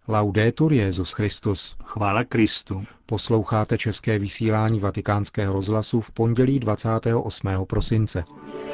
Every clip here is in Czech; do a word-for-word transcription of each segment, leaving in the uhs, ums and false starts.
Laudetur Jesus Christus. Chvála Kristu. Posloucháte české vysílání Vatikánského rozhlasu v pondělí dvacátého osmého prosince.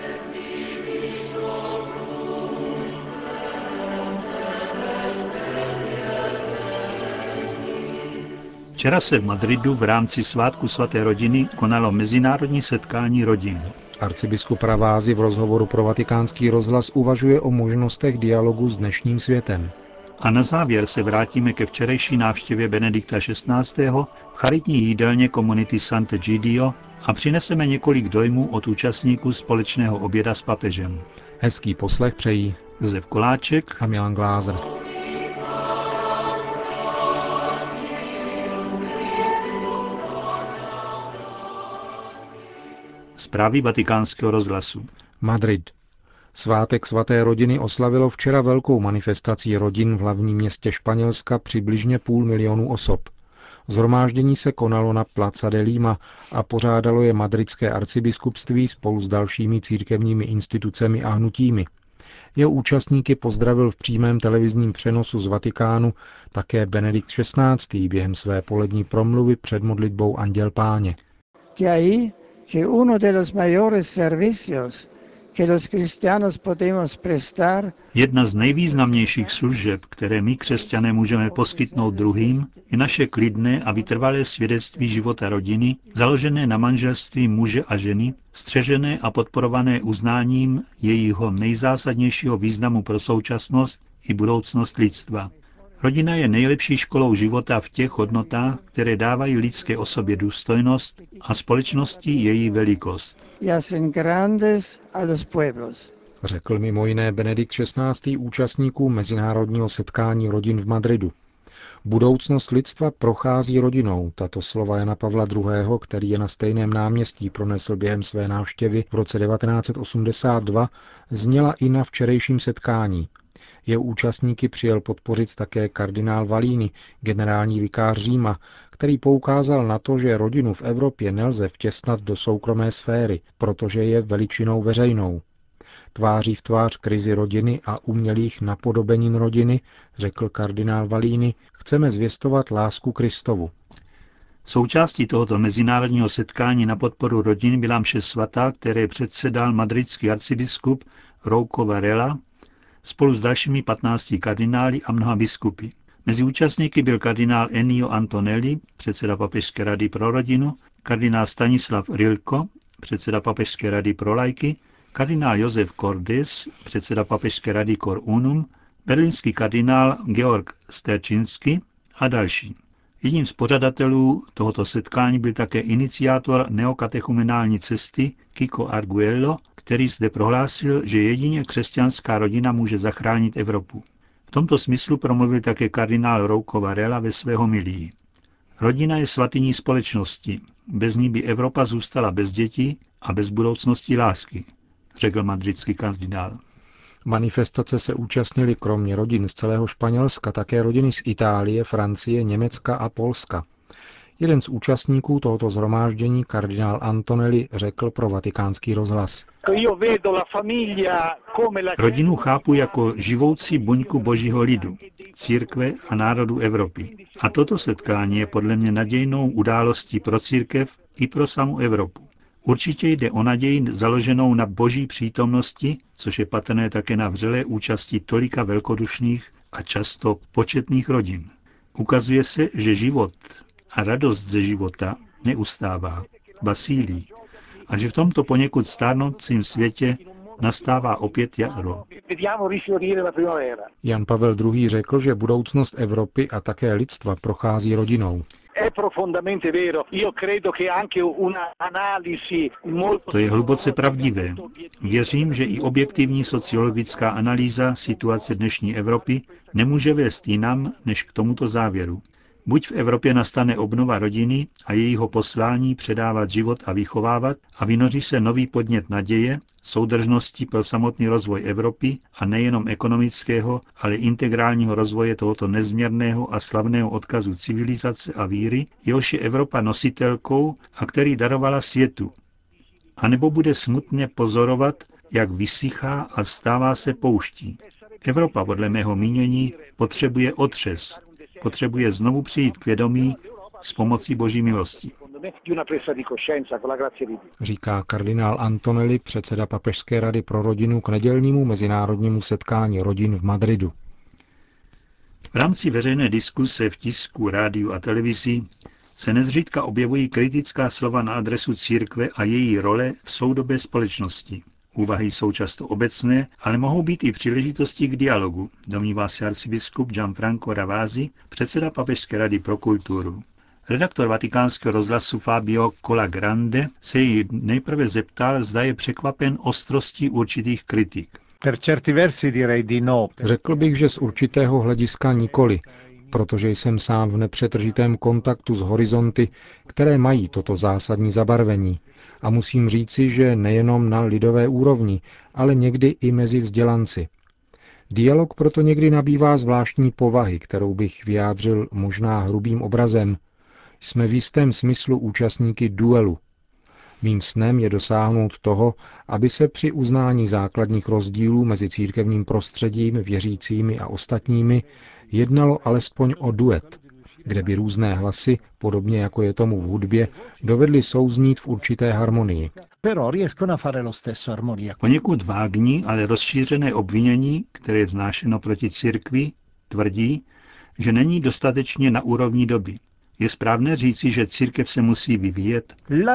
Včera se v Madridu v rámci svátku svaté rodiny konalo mezinárodní setkání rodin. Arcibiskup Ravasi v rozhovoru pro Vatikánský rozhlas uvažuje o možnostech dialogu s dnešním světem. A na závěr se vrátíme ke včerejší návštěvě Benedikta šestnáctého v charitní jídelně komunity Sant'Egidio a přineseme několik dojmů od účastníků společného oběda s papežem. Hezký poslech přejí Josef Koláček a Milan Glázer. Zprávy Vatikánského rozhlasu. Madrid. Svátek svaté rodiny oslavilo včera velkou manifestací rodin v hlavním městě Španělska přibližně půl milionu osob. Shromáždění se konalo na Plaza de Lima a pořádalo je madridské arcibiskupství spolu s dalšími církevními institucemi a hnutími. Jeho účastníky pozdravil v přímém televizním přenosu z Vatikánu také Benedikt šestnáctý během své polední promluvy před modlitbou Anděl Páně. Que uno de los mayores servicios que los cristianos podemos prestar. Jedna z nejvýznamnějších služeb, které my křesťané můžeme poskytnout druhým, je naše klidné a vytrvalé svědectví života rodiny, založené na manželství muže a ženy, střežené a podporované uznáním jejího nejzásadnějšího významu pro současnost i budoucnost lidstva. Rodina je nejlepší školou života v těch hodnotách, které dávají lidské osobě důstojnost a společnosti její velikost. Řekl mimo jiné Benedikt šestnáctý účastníků mezinárodního setkání rodin v Madridu. Budoucnost lidstva prochází rodinou. Tato slova Jana Pavla druhého., který je na stejném náměstí pronesl během své návštěvy v roce devatenáct set osmdesát dva, zněla i na včerejším setkání. Jeho účastníky přijel podpořit také kardinál Valini, generální vikář Říma, který poukázal na to, že rodinu v Evropě nelze vtěsnat do soukromé sféry, protože je veličinou veřejnou. Tváří v tvář krizi rodiny a umělých napodobenin rodiny, řekl kardinál Valini, chceme zvěstovat lásku Kristovu. Součástí tohoto mezinárodního setkání na podporu rodin byla mše svatá, které předsedal madridský arcibiskup Rouco Varela, spolu s dalšími patnácti kardinály a mnoha biskupy. Mezi účastníky byl kardinál Ennio Antonelli, předseda Papežské rady pro rodinu, kardinál Stanislav Rilko, předseda Papežské rady pro laiky, kardinál Josef Cordes, předseda Papežské rady Cor Unum, berlínský kardinál Georg Sterčínsky a další. Jedním z pořadatelů tohoto setkání byl také iniciátor neokatechumenální cesty Kiko Arguello, který zde prohlásil, že jedině křesťanská rodina může zachránit Evropu. V tomto smyslu promluvil také kardinál Rouco Varela ve své homilii. Rodina je svatyní společnosti, bez ní by Evropa zůstala bez dětí a bez budoucnosti lásky, řekl madridský kardinál. Manifestace se účastnili kromě rodin z celého Španělska také rodiny z Itálie, Francie, Německa a Polska. Jeden z účastníků tohoto shromáždění, kardinál Antonelli, řekl pro Vatikánský rozhlas. Rodinu chápu jako živoucí buňku božího lidu, církve a národů Evropy. A toto setkání je podle mě nadějnou událostí pro církev i pro samou Evropu. Určitě jde o naději založenou na boží přítomnosti, což je patrné také na vřelé účasti tolika velkodušných a často početných rodin. Ukazuje se, že život a radost ze života neustává, ba sílí, a že v tomto poněkud stárnoucím světě nastává opět jaro. Jan Pavel druhý. řekl, že budoucnost Evropy a také lidstva prochází rodinou. To je hluboce pravdivé. Věřím, že i objektivní sociologická analýza situace dnešní Evropy nemůže vést jinam než k tomuto závěru. Buď v Evropě nastane obnova rodiny a jejího poslání předávat život a vychovávat a vynoří se nový podnět naděje, soudržnosti pro samotný rozvoj Evropy a nejenom ekonomického, ale integrálního rozvoje tohoto nezměrného a slavného odkazu civilizace a víry, jehož je Evropa nositelkou a který darovala světu. A nebo bude smutně pozorovat, jak vysychá a stává se pouští. Evropa podle mého mínění potřebuje otřes. potřebuje znovu přijít k vědomí s pomocí Boží milosti. Říká kardinál Antonelli, předseda Papežské rady pro rodinu, k nedělnímu mezinárodnímu setkání rodin v Madridu. V rámci veřejné diskuse v tisku, rádiu a televizi se nezřídka objevují kritická slova na adresu církve a její role v soudobé společnosti. Úvahy jsou často obecné, ale mohou být i příležitosti k dialogu, domnívá se arcibiskup Gianfranco Ravasi, předseda Papežské rady pro kulturu. Redaktor vatikánského rozhlasu Fabio Colagrande se jí nejprve zeptal, zda je překvapen ostrostí určitých kritik. Řekl bych, že z určitého hlediska nikoli, protože jsem sám v nepřetržitém kontaktu s horizonty, které mají toto zásadní zabarvení. A musím říci, že nejenom na lidové úrovni, ale někdy i mezi vzdělanci. Dialog proto někdy nabývá zvláštní povahy, kterou bych vyjádřil možná hrubým obrazem. Jsme v jistém smyslu účastníky duelu. Mým snem je dosáhnout toho, aby se při uznání základních rozdílů mezi církevním prostředím, věřícími a ostatními jednalo alespoň o duet, kde by různé hlasy, podobně jako je tomu v hudbě, dovedly souznít v určité harmonii. Poněkud vágní, ale rozšířené obvinění, které je vznášeno proti církvi, tvrdí, že není dostatečně na úrovni doby. Je správné říci, že církev se musí vyvíjet?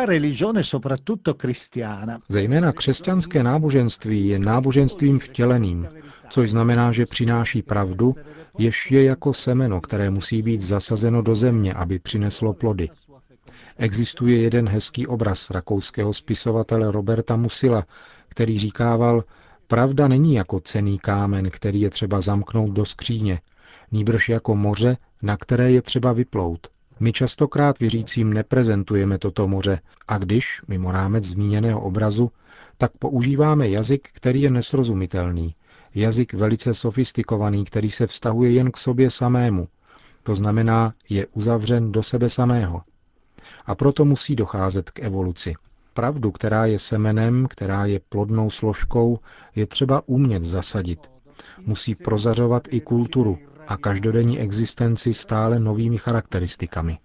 Zejména křesťanské náboženství je náboženstvím vtěleným, což znamená, že přináší pravdu, jež je jako semeno, které musí být zasazeno do země, aby přineslo plody. Existuje jeden hezký obraz rakouského spisovatele Roberta Musila, který říkával, pravda není jako cenný kámen, který je třeba zamknout do skříně, nýbrž jako moře, na které je třeba vyplout. My častokrát věřícím neprezentujeme toto moře a když, mimo rámec zmíněného obrazu, tak používáme jazyk, který je nesrozumitelný, jazyk velice sofistikovaný, který se vztahuje jen k sobě samému, to znamená, je uzavřen do sebe samého. A proto musí docházet k evoluci. Pravdu, která je semenem, která je plodnou složkou, je třeba umět zasadit. Musí prozařovat i kulturu a každodenní existenci stále novými charakteristikami.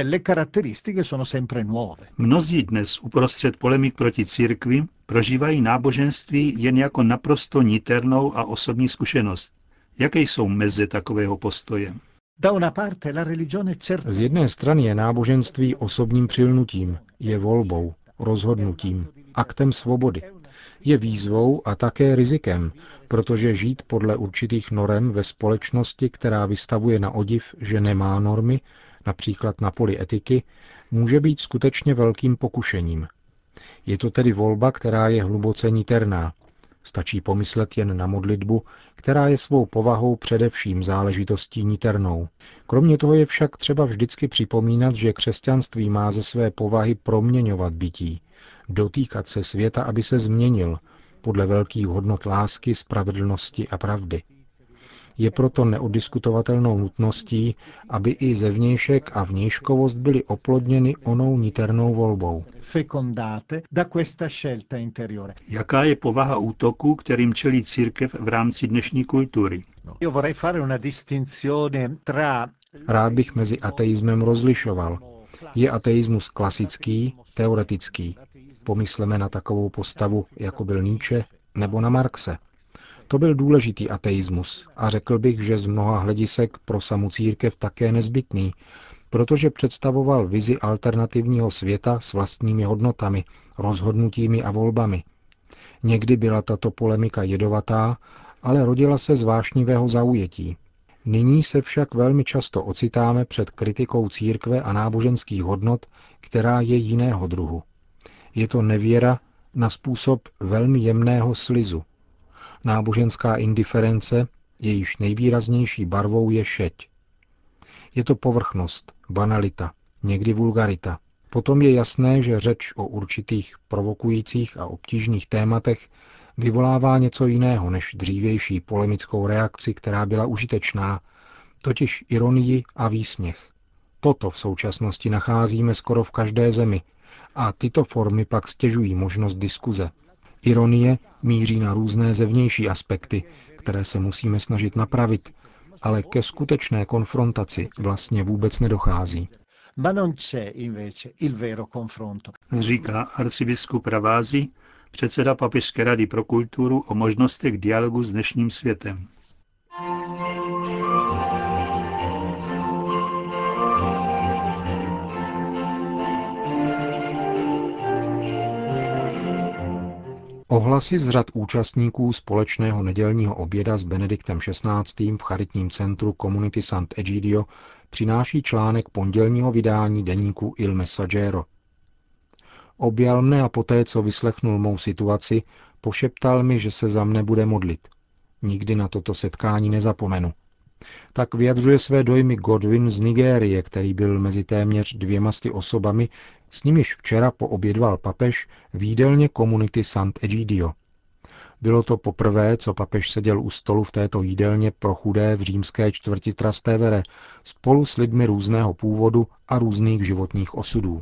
Mnozí dnes uprostřed polemik proti církvi prožívají náboženství jen jako naprosto niternou a osobní zkušenost. Jaké jsou meze takového postoje? Z jedné strany je náboženství osobním přilnutím, je volbou, rozhodnutím, aktem svobody. Je výzvou a také rizikem, protože žít podle určitých norem ve společnosti, která vystavuje na odiv, že nemá normy, například na poli etiky, může být skutečně velkým pokušením. Je to tedy volba, která je hluboce niterná. Stačí pomyslet jen na modlitbu, která je svou povahou především záležitostí niternou. Kromě toho je však třeba vždycky připomínat, že křesťanství má ze své povahy proměňovat bytí, dotýkat se světa, aby se změnil podle velkých hodnot lásky, spravedlnosti a pravdy. Je proto neoddiskutovatelnou nutností, aby i zevnějšek a vnějškovost byly oplodněny onou niternou volbou. Jaká je povaha útoku, kterým čelí církev v rámci dnešní kultury? Rád bych mezi ateismem rozlišoval. Je ateismus klasický, teoretický. Pomysleme na takovou postavu, jako byl Nietzsche, nebo na Marxe. To byl důležitý ateismus a řekl bych, že z mnoha hledisek pro samu církev také nezbytný, protože představoval vizi alternativního světa s vlastními hodnotami, rozhodnutími a volbami. Někdy byla tato polemika jedovatá, ale rodila se z vášnivého zaujetí. Nyní se však velmi často ocitáme před kritikou církve a náboženských hodnot, která je jiného druhu. Je to nevěra na způsob velmi jemného slizu. Náboženská indiference, jejíž nejvýraznější barvou je šeť. Je to povrchnost, banalita, někdy vulgarita. Potom je jasné, že řeč o určitých provokujících a obtížných tématech vyvolává něco jiného než dřívější polemickou reakci, která byla užitečná, totiž ironii a výsměch. Toto v současnosti nacházíme skoro v každé zemi a tyto formy pak stěžují možnost diskuze. Ironie míří na různé zevnější aspekty, které se musíme snažit napravit, ale ke skutečné konfrontaci vlastně vůbec nedochází. Říká arcibiskup Ravasi, předseda Papežské rady pro kulturu, o možnostech dialogu s dnešním světem. Ohlasy z řad účastníků společného nedělního oběda s Benediktem šestnáctým v charitním centru Comunity Sant'Egidio přináší článek pondělního vydání deníku Il Messaggero. Objal mne a poté, co vyslechnul mou situaci, pošeptal mi, že se za mne bude modlit. Nikdy na toto setkání nezapomenu. Tak vyjadřuje své dojmy Godwin z Nigérie, který byl mezi téměř dvěmasty osobami, s nimiž včera poobědval papež v jídelně Comunity Sant'Egidio. Bylo to poprvé, co papež seděl u stolu v této jídelně pro chudé v římské čtvrti Trastevere spolu s lidmi různého původu a různých životních osudů.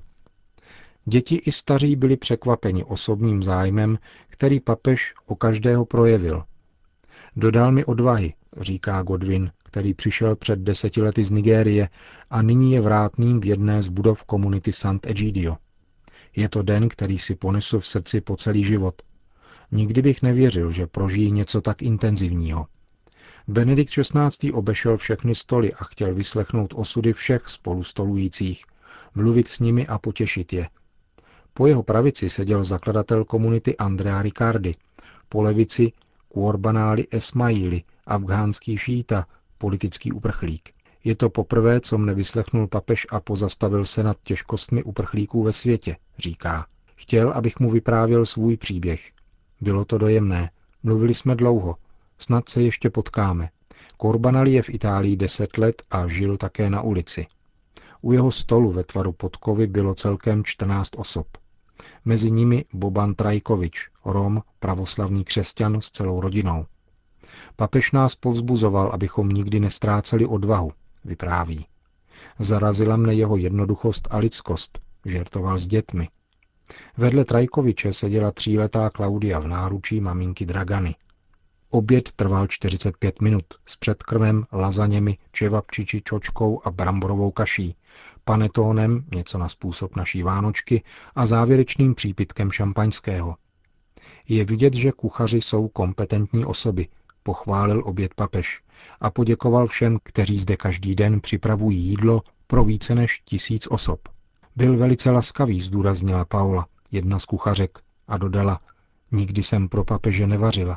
Děti i staří byli překvapeni osobním zájmem, který papež o každého projevil. Dodal mi odvahy, říká Godwin, který přišel před deseti lety z Nigérie a nyní je vrátným v jedné z budov Comunity Sant'Egidio. Je to den, který si ponesu v srdci po celý život. Nikdy bych nevěřil, že prožijí něco tak intenzivního. Benedikt šestnáctý obešel všechny stoly a chtěl vyslechnout osudy všech spolustolujících, mluvit s nimi a potěšit je. Po jeho pravici seděl zakladatel komunity Andrea Riccardi, po levici Kuorbanali Esmaili, afghánský šíita, politický uprchlík. Je to poprvé, co mne vyslechnul papež a pozastavil se nad těžkostmi uprchlíků ve světě, říká. Chtěl, abych mu vyprávěl svůj příběh. Bylo to dojemné. Mluvili jsme dlouho. Snad se ještě potkáme. Kuorbanali je v Itálii deset let a žil také na ulici. U jeho stolu ve tvaru podkovy bylo celkem čtrnáct osob. Mezi nimi Boban Trajkovič, Rom, pravoslavný křesťan s celou rodinou. Papež nás povzbuzoval, abychom nikdy nestráceli odvahu, vypráví. Zarazila mne jeho jednoduchost a lidskost, žertoval s dětmi. Vedle Trajkoviče seděla tříletá Klaudia v náručí maminky Dragany. Oběd trval čtyřicet pět minut s předkrmem, lazaněmi, čevapčiči, čočkou a bramborovou kaší, panetónem, něco na způsob naší vánočky, a závěrečným přípitkem šampaňského. Je vidět, že kuchaři jsou kompetentní osoby, pochválil oběd papež a poděkoval všem, kteří zde každý den připravují jídlo pro více než tisíc osob. Byl velice laskavý, zdůraznila Paula, jedna z kuchařek, a dodala, nikdy jsem pro papeže nevařila.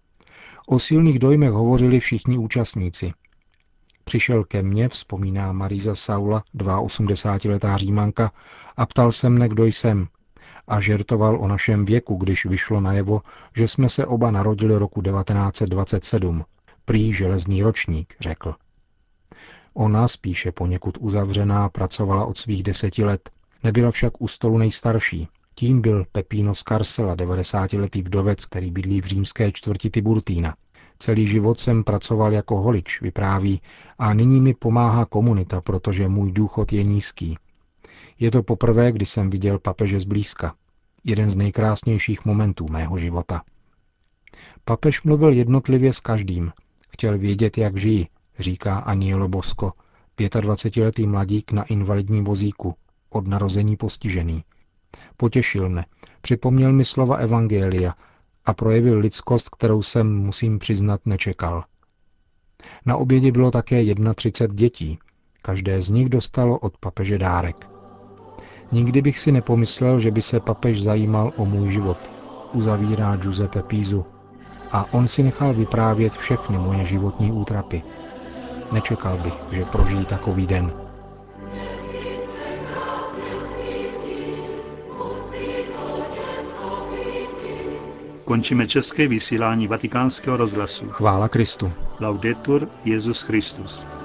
O silných dojmech hovořili všichni účastníci. Přišel ke mně, vzpomíná Marisa Saula, osmdesátiletá Římanka, a ptal se mne, kdo jsem. A žertoval o našem věku, když vyšlo najevo, že jsme se oba narodili roku devatenáct set dvacet sedm. Prý železný ročník, řekl. Ona, spíše poněkud uzavřená, pracovala od svých deseti let. Nebyla však u stolu nejstarší. Tím byl Pepino Scarsella, devadesátiletý vdovec, který bydlí v římské čtvrti Tiburtina. Celý život jsem pracoval jako holič, vypráví, a nyní mi pomáhá komunita, protože můj důchod je nízký. Je to poprvé, kdy jsem viděl papeže zblízka. Jeden z nejkrásnějších momentů mého života. Papež mluvil jednotlivě s každým. Chtěl vědět, jak žijí, říká Anielo Bosco, dvacetiletý mladík na invalidním vozíku, od narození postižený. Potěšil mne, připomněl mi slova evangelia a projevil lidskost, kterou jsem, musím přiznat, nečekal. Na obědě bylo také třicet jedna dětí. Každé z nich dostalo od papeže dárek. Nikdy bych si nepomyslel, že by se papež zajímal o můj život, uzavírá Giuseppe Pisu. A on si nechal vyprávět všechny moje životní útrapy. Nečekal bych, že prožijí takový den. Končíme české vysílání Vatikánského rozhlasu. Chvála Kristu. Laudetur Jesus Christus.